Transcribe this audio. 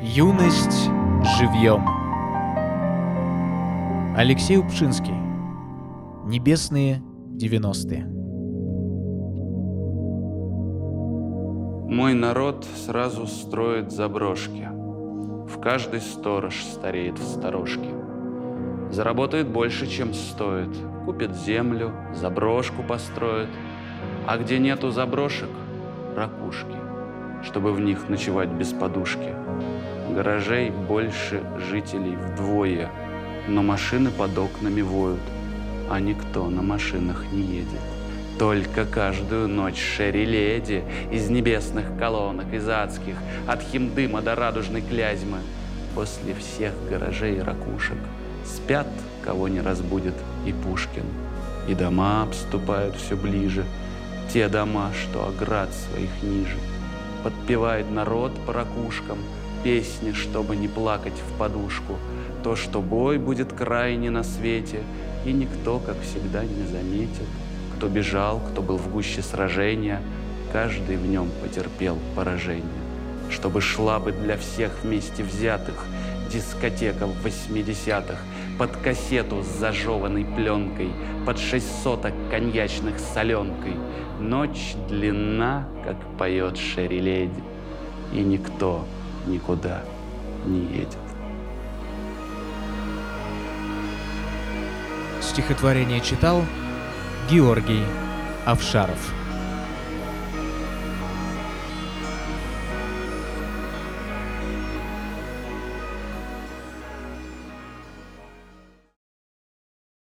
Юность живьем. Алексей Упшинский. Небесные 90-е. Мой народ сразу строит заброшки. В каждый сторож стареет в сторожке. Заработает больше, чем стоит. Купит землю, заброшку построит. А где нету заброшек – ракушки, чтобы в них ночевать без подушки. Гаражей больше жителей вдвое, но машины под окнами воют, а никто на машинах не едет. Только каждую ночь шери-леди из небесных колонок, из адских, от химдыма до радужной клязьмы, после всех гаражей и ракушек спят, кого не разбудит и Пушкин. И дома обступают все ближе, те дома, что оград своих ниже. Подпевает народ по ракушкам песни, чтобы не плакать в подушку. То, что бой будет крайне на свете, и никто, как всегда, не заметит. Кто бежал, кто был в гуще сражения, каждый в нем потерпел поражение. Чтобы шла бы для всех вместе взятых дискотека в 80-х, под кассету с зажеванной пленкой, под 6 соток коньячных с соленкой. Ночь длинна, как поет шери-леди, и никто никуда не едет. Стихотворение читал Георгий Авшаров.